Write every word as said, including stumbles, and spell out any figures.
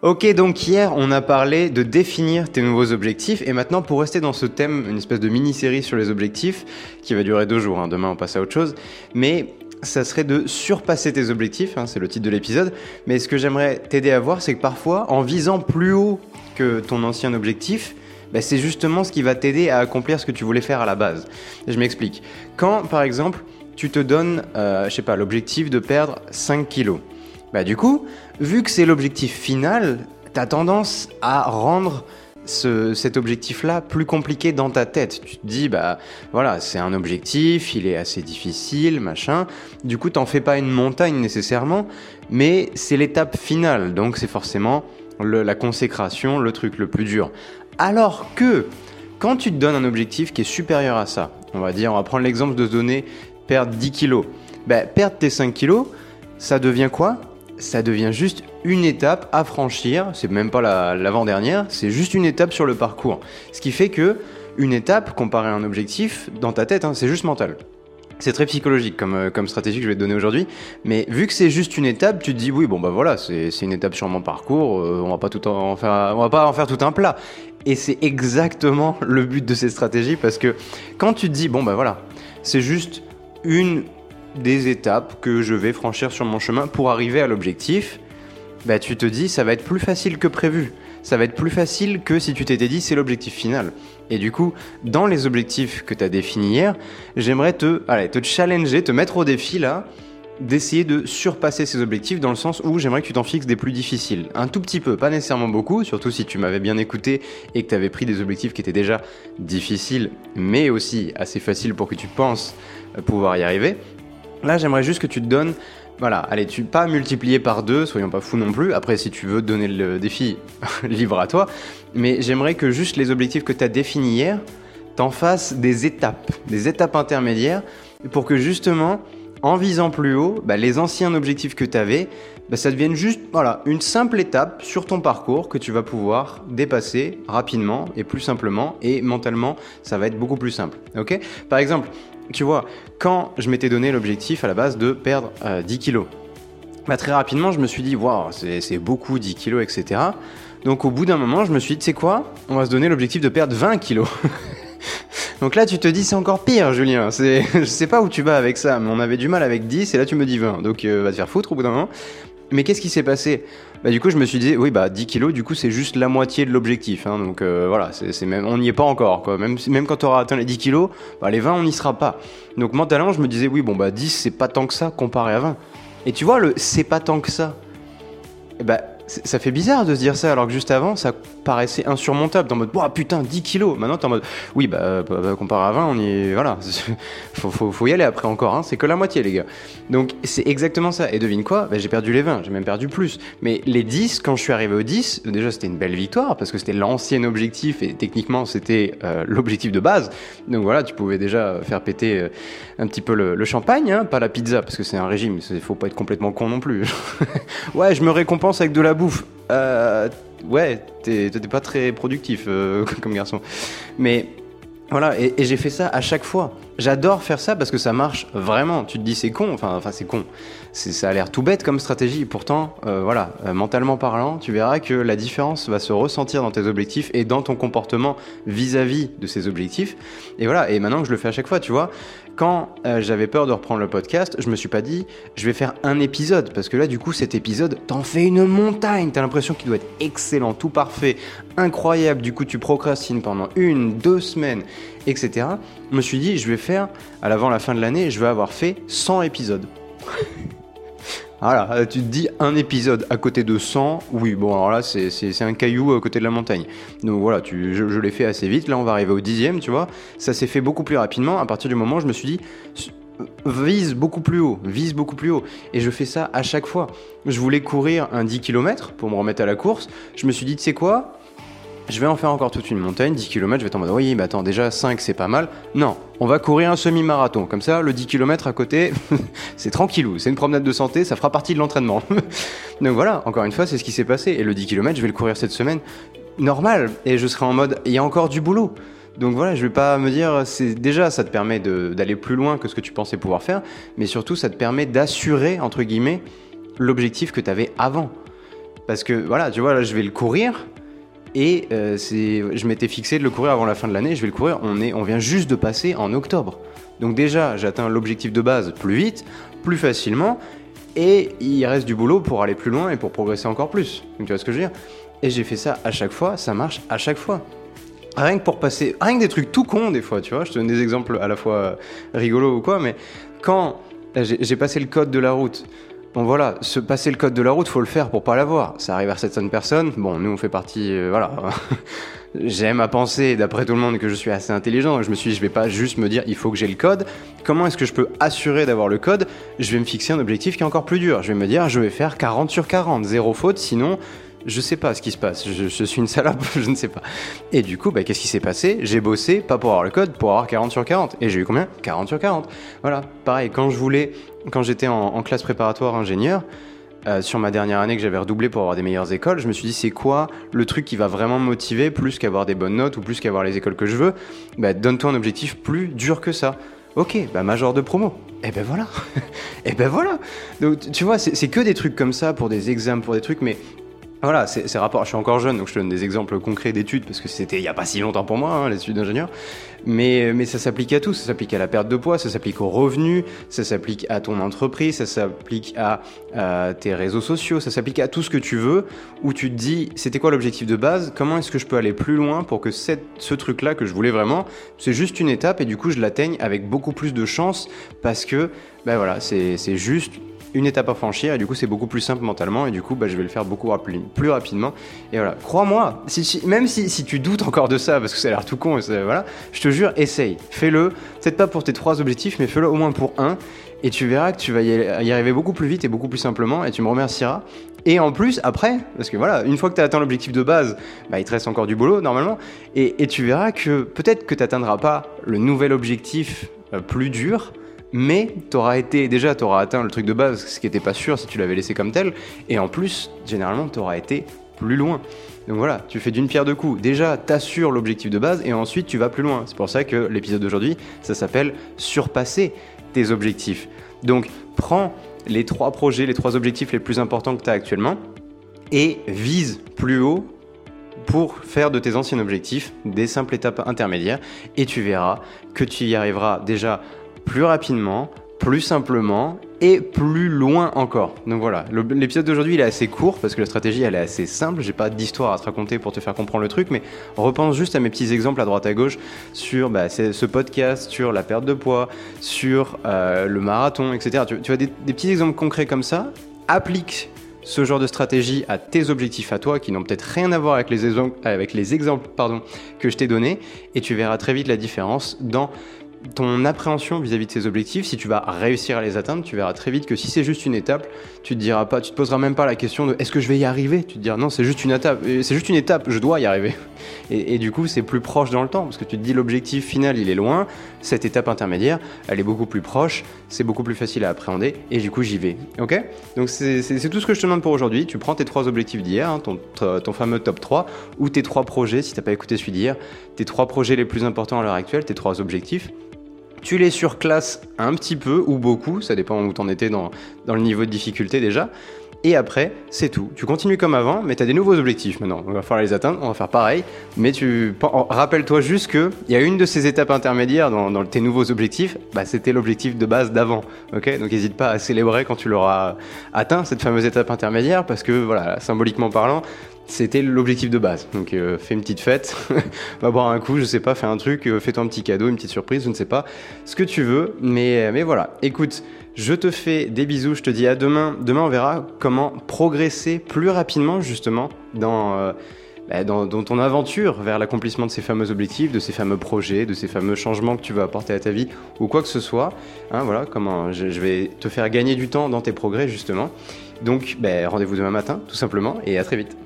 Ok, donc hier, on a parlé de définir tes nouveaux objectifs. Et maintenant, pour rester dans ce thème, une espèce de mini-série sur les objectifs, qui va durer deux jours, hein. Demain, on passe à autre chose. Mais ça serait de surpasser tes objectifs, hein, c'est le titre de l'épisode. Mais ce que j'aimerais t'aider à voir, c'est que parfois, en visant plus haut que ton ancien objectif, bah, c'est justement ce qui va t'aider à accomplir ce que tu voulais faire à la base. Et je m'explique. Quand, par exemple, tu te donnes, euh, je sais pas, l'objectif de perdre cinq kilos, bah du coup, vu que c'est l'objectif final, t'as tendance à rendre ce, cet objectif-là plus compliqué dans ta tête. Tu te dis, bah voilà, c'est un objectif, il est assez difficile, machin. Du coup, t'en fais pas une montagne nécessairement, mais c'est l'étape finale, donc c'est forcément le, la consécration, le truc le plus dur. Alors que, quand tu te donnes un objectif qui est supérieur à ça, on va dire, on va prendre l'exemple de se donner perdre dix kilos. Bah, perdre tes cinq kilos, ça devient quoi ? Ça devient juste une étape à franchir, c'est même pas la, l'avant-dernière, c'est juste une étape sur le parcours. Ce qui fait que une étape comparée à un objectif, dans ta tête, hein, c'est juste mental. C'est très psychologique comme, euh, comme stratégie que je vais te donner aujourd'hui, mais vu que c'est juste une étape, tu te dis oui, bon bah voilà, c'est, c'est une étape sur mon parcours, euh, on va pas tout en faire, on va pas en faire tout un plat. Et c'est exactement le but de cette stratégie, parce que quand tu te dis bon bah voilà, c'est juste une des étapes que je vais franchir sur mon chemin pour arriver à l'objectif, bah tu te dis ça va être plus facile que prévu. Ça va être plus facile que si tu t'étais dit c'est l'objectif final. Et du coup, dans les objectifs que tu as définis hier, j'aimerais te, allez, te challenger, te mettre au défi là, d'essayer de surpasser ces objectifs, dans le sens où j'aimerais que tu t'en fixes des plus difficiles. Un tout petit peu, pas nécessairement beaucoup, surtout si tu m'avais bien écouté et que tu avais pris des objectifs qui étaient déjà difficiles, mais aussi assez faciles pour que tu penses pouvoir y arriver. Là, j'aimerais juste que tu te donnes, voilà, allez, tu pas multiplier par deux, soyons pas fous non plus. Après, si tu veux te donner le défi, libre à toi. Mais j'aimerais que juste les objectifs que tu as définis hier, t'en fasses des étapes, des étapes intermédiaires, pour que justement, en visant plus haut, bah, les anciens objectifs que tu avais, bah, ça devienne juste, voilà, une simple étape sur ton parcours que tu vas pouvoir dépasser rapidement et plus simplement, et mentalement, ça va être beaucoup plus simple. Ok ? Par exemple, tu vois, quand je m'étais donné l'objectif à la base de perdre euh, dix kilos, bah, très rapidement, je me suis dit, waouh, c'est, c'est beaucoup dix kilos, et cetera. Donc, au bout d'un moment, je me suis dit, tu sais quoi ? On va se donner l'objectif de perdre vingt kilos. Donc là, tu te dis, c'est encore pire, Julien. C'est, je sais pas où tu vas avec ça, mais on avait du mal avec dix, et là, tu me dis vingt. Donc, euh, va te faire foutre au bout d'un moment. Mais qu'est-ce qui s'est passé ? Bah, du coup, je me suis dit, oui, bah, dix kilos, du coup, c'est juste la moitié de l'objectif, hein. Donc, euh, voilà, c'est, c'est même, on n'y est pas encore, quoi. Même, même quand tu auras atteint les dix kilos, bah, les vingt, on n'y sera pas. Donc, mentalement, je me disais, oui, bon, bah, dix, c'est pas tant que ça comparé à vingt. Et tu vois, le c'est pas tant que ça, eh bah, ça fait bizarre de se dire ça, alors que juste avant, ça paraissait insurmontable. T'es en mode, oh putain, dix kilos. Maintenant, t'es en mode, oui, bah, bah comparé à vingt, on y est, voilà. faut, faut, faut y aller après encore, hein. C'est que la moitié, les gars. Donc, c'est exactement ça. Et devine quoi? Bah, j'ai perdu les vingt, j'ai même perdu plus. Mais les dix, quand je suis arrivé aux dix, déjà, c'était une belle victoire, parce que c'était l'ancien objectif, et techniquement, c'était euh, l'objectif de base. Donc voilà, tu pouvais déjà faire péter euh, un petit peu le, le champagne, hein, pas la pizza, parce que c'est un régime, il faut pas être complètement con non plus. Ouais, je me récompense avec de la bouffe. Euh, ouais, t'es, t'es pas très productif euh, comme garçon. Mais voilà, et, et j'ai fait ça à chaque fois. J'adore faire ça parce que ça marche vraiment. Tu te dis c'est con, enfin, enfin c'est con. C'est, ça a l'air tout bête comme stratégie. Pourtant, euh, voilà, euh, mentalement parlant, tu verras que la différence va se ressentir dans tes objectifs et dans ton comportement vis-à-vis de ces objectifs. Et voilà, et maintenant que je le fais à chaque fois, tu vois, quand euh, j'avais peur de reprendre le podcast, je me suis pas dit je vais faire un épisode, parce que là du coup cet épisode t'en fais une montagne, t'as l'impression qu'il doit être excellent, tout parfait, incroyable, du coup tu procrastines pendant une, deux semaines, et cetera. Je me suis dit je vais faire, à l'avant la fin de l'année, je vais avoir fait cent épisodes. Voilà, tu te dis un épisode à côté de cent, oui, bon alors là c'est, c'est, c'est un caillou à côté de la montagne. Donc voilà, tu, je, je l'ai fait assez vite, là on va arriver au dixième, tu vois. Ça s'est fait beaucoup plus rapidement, à partir du moment où je me suis dit, vise beaucoup plus haut, vise beaucoup plus haut. Et je fais ça à chaque fois. Je voulais courir un dix kilomètres pour me remettre à la course, je me suis dit, tu sais quoi ? Je vais en faire encore toute une montagne, dix kilomètres, je vais être en mode, oui, mais attends, déjà cinq c'est pas mal. Non, on va courir un semi-marathon. Comme ça, le dix kilomètres à côté, c'est tranquillou, c'est une promenade de santé, ça fera partie de l'entraînement. Donc voilà, encore une fois, c'est ce qui s'est passé. Et le dix kilomètres, je vais le courir cette semaine, normal. Et je serai en mode, il y a encore du boulot. Donc voilà, je vais pas me dire, c'est déjà, ça te permet de, d'aller plus loin que ce que tu pensais pouvoir faire, mais surtout, ça te permet d'assurer, entre guillemets, l'objectif que tu avais avant. Parce que voilà, tu vois, là je vais le courir. Et euh, c'est, je m'étais fixé de le courir avant la fin de l'année, je vais le courir, on, est, on vient juste de passer en octobre. Donc déjà, j'atteins l'objectif de base plus vite, plus facilement, et il reste du boulot pour aller plus loin et pour progresser encore plus. Donc tu vois ce que je veux dire ? Et j'ai fait ça à chaque fois, ça marche à chaque fois. Rien que pour passer, rien que des trucs tout cons des fois, tu vois, je te donne des exemples à la fois rigolos ou quoi, mais quand là, j'ai, j'ai passé le code de la route, bon voilà, se passer le code de la route, faut le faire pour pas l'avoir. Ça arrive à certaines personnes. Bon, nous on fait partie, euh, voilà. J'aime à penser, d'après tout le monde, que je suis assez intelligent. Je me suis dit, je vais pas juste me dire, il faut que j'ai le code. Comment est-ce que je peux assurer d'avoir le code ? Je vais me fixer un objectif qui est encore plus dur. Je vais me dire, je vais faire quarante sur quarante, zéro faute, sinon je sais pas ce qui se passe. Je, je suis une salope, je ne sais pas. Et du coup, bah, qu'est-ce qui s'est passé ? J'ai bossé, pas pour avoir le code, pour avoir quarante sur quarante. Et j'ai eu combien ? quarante sur quarante. Voilà, pareil, quand je voulais, quand j'étais en, en classe préparatoire ingénieur, euh, sur ma dernière année que j'avais redoublé pour avoir des meilleures écoles, je me suis dit, c'est quoi le truc qui va vraiment me motiver, plus qu'avoir des bonnes notes ou plus qu'avoir les écoles que je veux ? Bah, donne-toi un objectif plus dur que ça. Ok, bah major de promo. Et ben voilà. Et ben voilà. Donc tu vois, c'est, c'est que des trucs comme ça pour des examens, pour des trucs, mais voilà, c'est, c'est rapport. Je suis encore jeune, donc je te donne des exemples concrets d'études parce que c'était il y a pas si longtemps pour moi, hein, les études d'ingénieur. Mais mais ça s'applique à tout. Ça s'applique à la perte de poids, ça s'applique aux revenus, ça s'applique à ton entreprise, ça s'applique à, à tes réseaux sociaux, ça s'applique à tout ce que tu veux. Où tu te dis, c'était quoi l'objectif de base ? Comment est-ce que je peux aller plus loin pour que cette, ce truc-là que je voulais vraiment, c'est juste une étape et du coup je l'atteigne avec beaucoup plus de chance parce que ben voilà, c'est c'est juste une étape à franchir et du coup c'est beaucoup plus simple mentalement et du coup bah, je vais le faire beaucoup rapi- plus rapidement et voilà, crois-moi, si, si, même si, si tu doutes encore de ça parce que ça a l'air tout con, et voilà, je te jure, essaye, fais-le, peut-être pas pour tes trois objectifs mais fais-le au moins pour un et tu verras que tu vas y arriver beaucoup plus vite et beaucoup plus simplement et tu me remercieras. Et en plus, après, parce que voilà, une fois que tu as atteint l'objectif de base, bah, il te reste encore du boulot normalement et, et tu verras que peut-être que tu n'atteindras pas le nouvel objectif euh, plus dur, mais t'auras été, déjà t'auras atteint le truc de base, ce qui n'était pas sûr si tu l'avais laissé comme tel, et en plus, généralement, t'auras été plus loin. Donc voilà, tu fais d'une pierre deux coups. Déjà, t'assures l'objectif de base, et ensuite, tu vas plus loin. C'est pour ça que l'épisode d'aujourd'hui, ça s'appelle « Surpasser tes objectifs ». Donc, prends les trois projets, les trois objectifs les plus importants que tu as actuellement, et vise plus haut pour faire de tes anciens objectifs des simples étapes intermédiaires, et tu verras que tu y arriveras déjà plus rapidement, plus simplement et plus loin encore. Donc voilà, le, l'épisode d'aujourd'hui il est assez court parce que la stratégie elle est assez simple, j'ai pas d'histoire à te raconter pour te faire comprendre le truc, mais repense juste à mes petits exemples à droite à gauche sur bah, ce podcast, sur la perte de poids, sur euh, le marathon, et cetera. Tu, tu as des, des petits exemples concrets comme ça, applique ce genre de stratégie à tes objectifs à toi qui n'ont peut-être rien à voir avec les, exemples, avec les exemples pardon, que je t'ai donnés et tu verras très vite la différence dans ton appréhension vis-à-vis de ces objectifs. Si tu vas réussir à les atteindre, tu verras très vite que si c'est juste une étape, tu te diras pas, tu te poseras même pas la question de est-ce que je vais y arriver ? Tu te diras non, c'est juste une étape, c'est juste une étape, je dois y arriver. Et, et du coup, c'est plus proche dans le temps parce que tu te dis l'objectif final, il est loin, cette étape intermédiaire, elle est beaucoup plus proche, c'est beaucoup plus facile à appréhender et du coup, j'y vais. Ok ? Donc c'est, c'est, c'est tout ce que je te demande pour aujourd'hui. Tu prends tes trois objectifs d'hier, hein, ton, ton fameux top trois ou tes trois projets, si t'as pas écouté celui d'hier, tes trois projets les plus importants à l'heure actuelle, tes trois objectifs. Tu les surclasses un petit peu ou beaucoup, ça dépend où t'en étais dans, dans le niveau de difficulté déjà. Et après, c'est tout. Tu continues comme avant, mais tu as des nouveaux objectifs maintenant. On va falloir les atteindre, on va faire pareil. Mais tu rappelle-toi juste qu'il y a une de ces étapes intermédiaires dans, dans tes nouveaux objectifs, bah, c'était l'objectif de base d'avant. Okay, donc n'hésite pas à célébrer quand tu l'auras atteint, cette fameuse étape intermédiaire, parce que voilà, symboliquement parlant, c'était l'objectif de base. Donc euh, fais une petite fête, va boire un coup, je sais pas, fais un truc, euh, fais-toi un petit cadeau, une petite surprise, je ne sais pas, ce que tu veux. Mais, mais voilà, écoute, je te fais des bisous, je te dis à demain. Demain, on verra comment progresser plus rapidement justement dans, euh, bah, dans, dans ton aventure vers l'accomplissement de ces fameux objectifs, de ces fameux projets, de ces fameux changements que tu veux apporter à ta vie ou quoi que ce soit. Hein, voilà, comment je, je vais te faire gagner du temps dans tes progrès justement. Donc bah, rendez-vous demain matin tout simplement et à très vite.